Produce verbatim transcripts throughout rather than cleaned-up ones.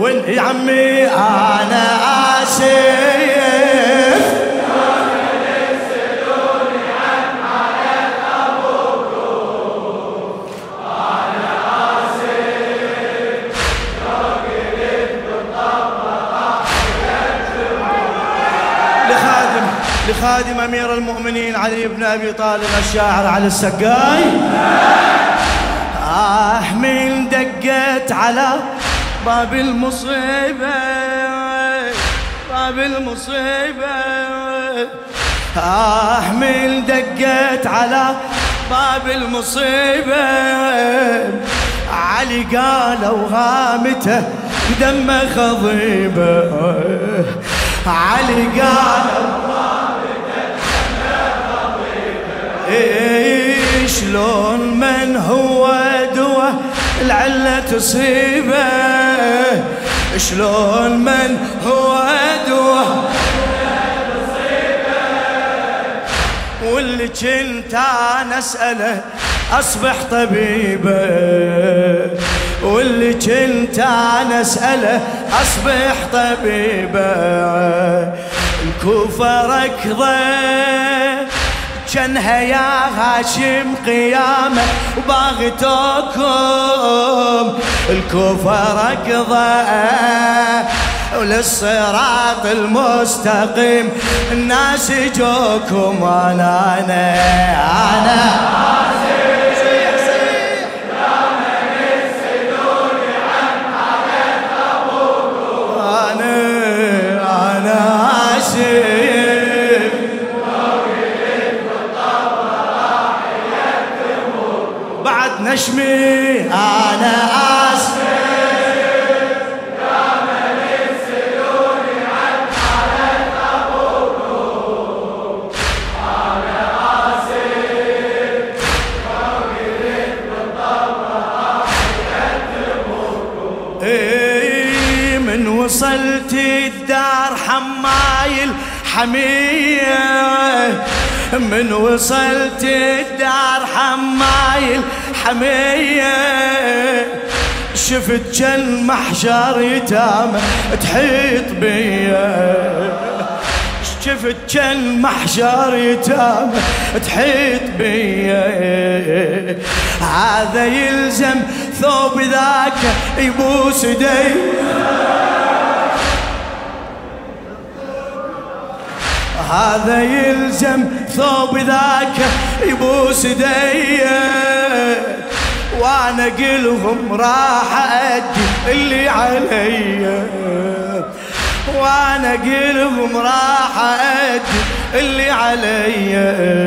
يا عمي أنا آسف لخادم أمير المؤمنين علي بن أبي طالب الشاعر علي السقاي. آه من دقت على باب المصيبة باب المصيبة آه من دقت على باب المصيبة علي قالوا غامته دمه خضيبة علي قالوا إيه شلون من هو دوا العلة تصيبه شلون من هو دوا واللي كنت انا اسأله اصبح طبيبه واللي كنت انا اسأله اصبح طبيبه الكوفة ركضة جنها يا هاشم قيامة وباغتوكم الكوفة ركضة وللصراط المستقيم الناس جوكم أنا أنا أنا نشمي أنا آسف يا من يسألوني عن حالة أبوكم أنا آسف وقلت بالضبط يتمكم إيه من وصلت الدار حمايل حمية من وصلت الدار حمايل حمية شفت جن محشر يتامى تحيط بيا شفت جن محشر يتامى تحيط بيا هذا يلزم ثوب ذاك يبوس دي هذا يلزم ثوب ذاك يبوس دي وانا قلهم راح ادي اللي علي وانا قلهم راح ادي اللي علي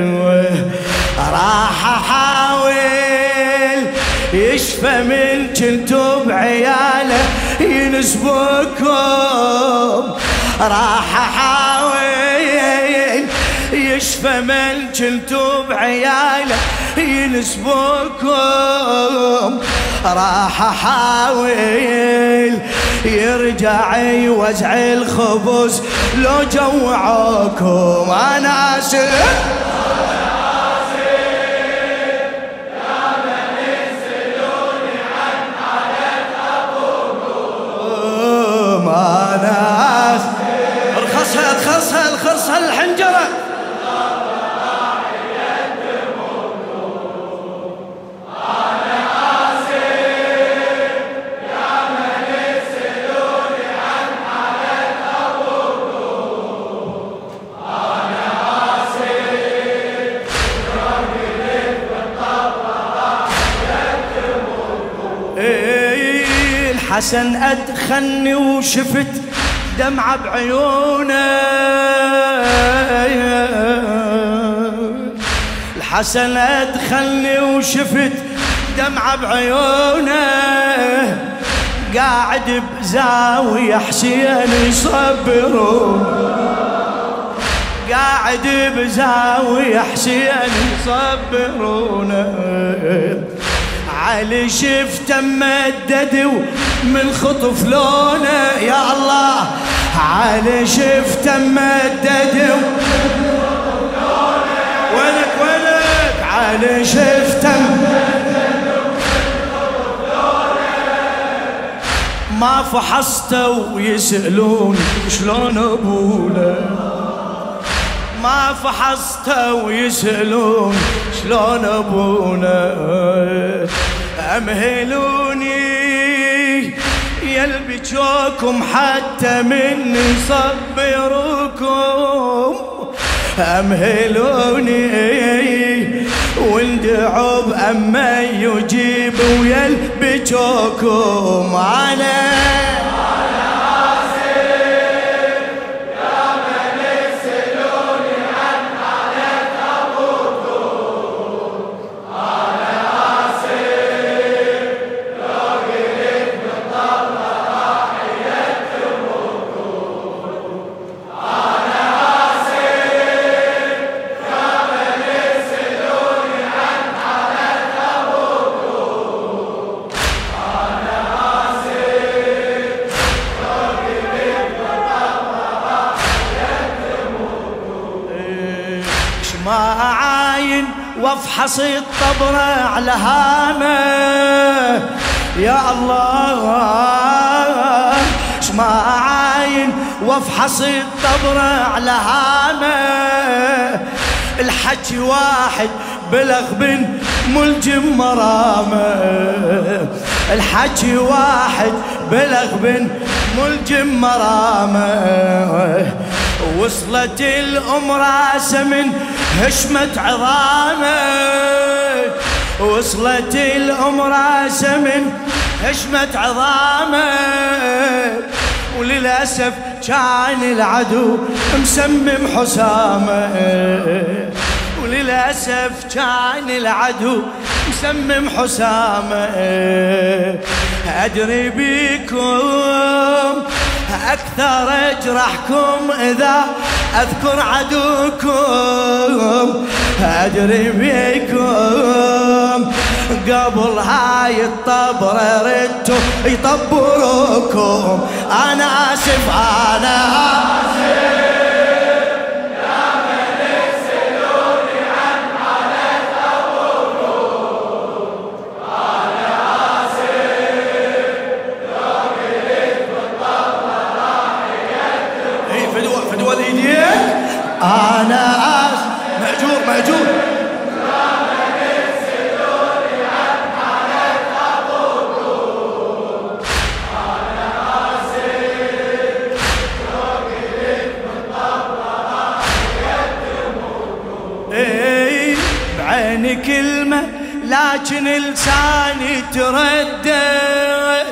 راح احاول يشفى من كنتو بعياله ينسبكم راح احاول يشفى من كنتو بعياله ينسبكم راح احاول يرجع يوزع الخبز لو جوعوكم انا اسف ارخصها ارخصها ارخصها الحنجرة الحسن أدخلني وشفت دمعة بعيونه الحسن أدخلني وشفت دمعة بعيونه قاعد بزاوية حسين يصبرون قاعد بزاوية حسين يصبرونه علي شفته ممدد من خطف لونه يا الله علي شفته ممدد وينك وينك علي شفته ما فحصتوا يسألون شلون ابونا، ما فحصتوا يسألون شلون ابونا. امهلوني يلبجوكم حتى من يصبركم، امهلوني واندعوا بأما يجيب ويلبجوكم. انا ما أعاين وافحص الطبرة على هامه يا الله، ما أعاين وافحص الطبرة على هامه. الحكي واحد بلغ بن ملجم مرامه، الحكي واحد بلغ بن ملجم مرامه. وصلت الأم راسه من هشمة عظامه، وصلت الأم راسه من هشمة عظامه. وللأسف كان العدو مسمم حسامه، وللأسف كان العدو مسمم حسامه. أدري بيكم أكثر أجرحكم إذا أذكر عدوكم، أدري بيكم قبل هاي الطبرة ردتوا يطبروكم. أنا آسف أنا آسف يا من يسألوني عن حالة أبوكم، أنا آسف لو قلت بالطبرة راح يكتبوا. إي فدوى فدوى الإيدين. أنا آسف مأجور مأجور بعيني كلمة لكن لساني تردد.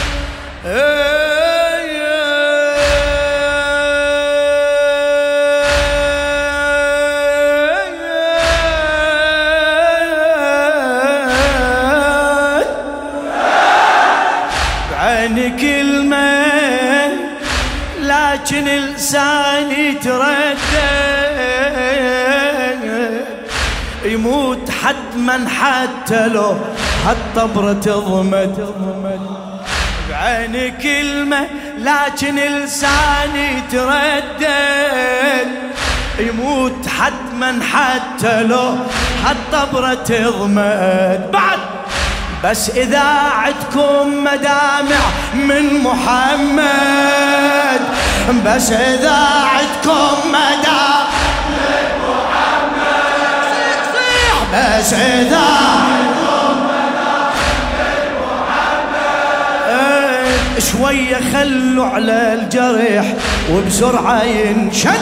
بعيني كلمة لكن لساني تردد. يموت حتما حتى لو هالطبرة تضمد. بعيني كلمة لكن لساني تردد. يموت حتما حتى لو هالطبرة تضمد. بعد بس إذا عدكم مدامع من محمد، بس إذا عدكم مدامع بس إذا شوية خلوا على الجرح وبسرعة ينشد،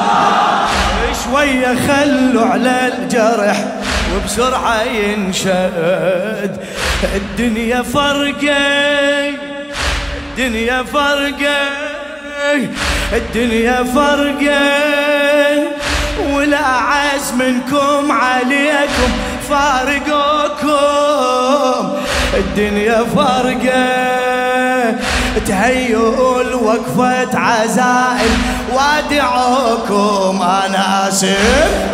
شوية خلوا على الجرح وبسرعة ينشد. الدنيا فرقة الدنيا فرقة الدنيا فرقة ولا عز منكم عليكم فارقوكم. الدنيا فرقة تهيئوا الوقفة عزائم وادعوكم. أنا آسف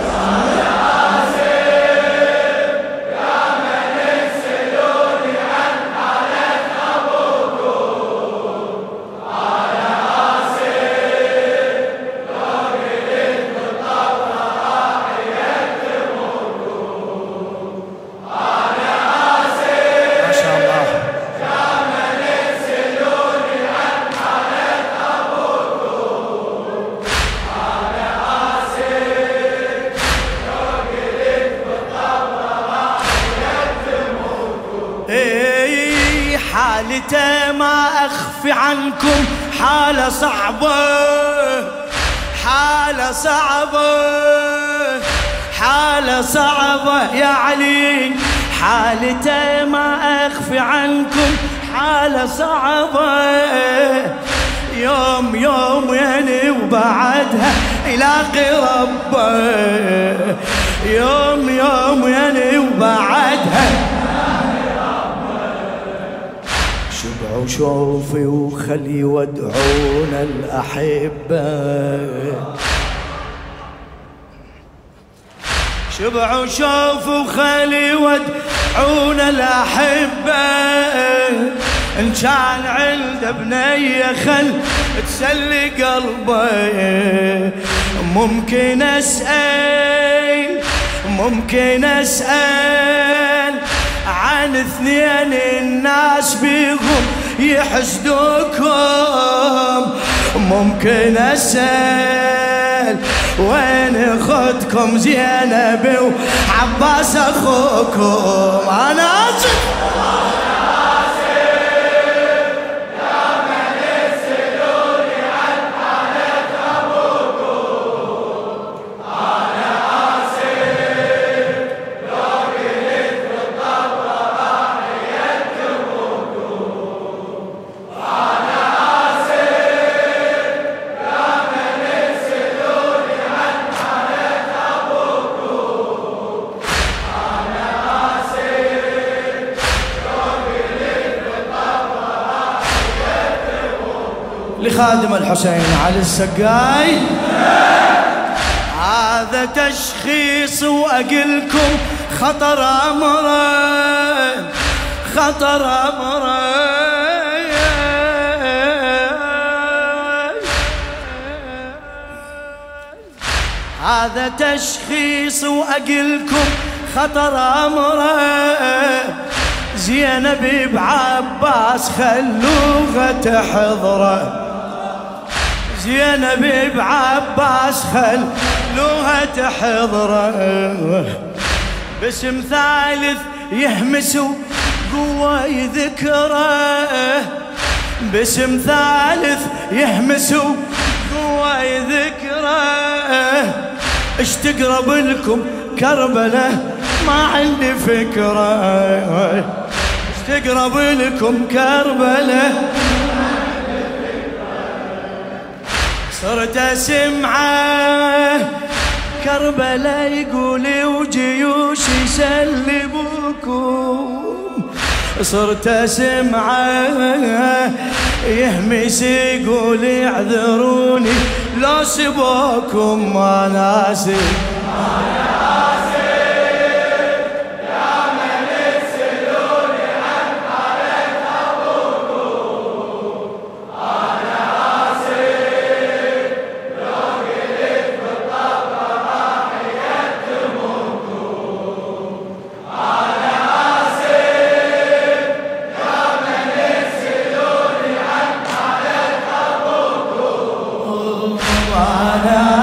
اي حالته ما اخفي عنكم، حالة صعبة حالة صعبة حالة صعبة يا علي، حالته ما اخفي عنكم، حالة صعبة. يوم يوم يعني وبعدها يلاقي ربه، يوم يوم يعني وبعدها شبعوا شوفي وخلي يودعون الأحبة، شبعوا شوفوا وخلي يودعون الأحبة. إن كان عنده بنية خل تسلي قلبه، ممكن أسأل ممكن أسأل عن اثنين الناس بيهم يحسدوكم، ممكن أسأل وين اخوتكم زينب وعباس اخوكم. انا اسف لخادم الحسين علي السقاي. هذا تشخيص وأقلكم خطر أمره خطر أمره، هذا تشخيص وأقلكم خطر أمره. زينب بعباس خلوها تحضره، زينب بعباس خلوها تحضره. باسم ثالث يهمسوا قوة يذكره، باسم ثالث يهمسوا قوة يذكره. اش تقرب لكم كربلة ما عندي فكرة، اش تقرب لكم كربلة صرت اسمعه كربلاء يقول وجيوش يسلبوكم، صرت اسمعه يهمس يقول اعذروني لو سبوكم. ما ناسي أنا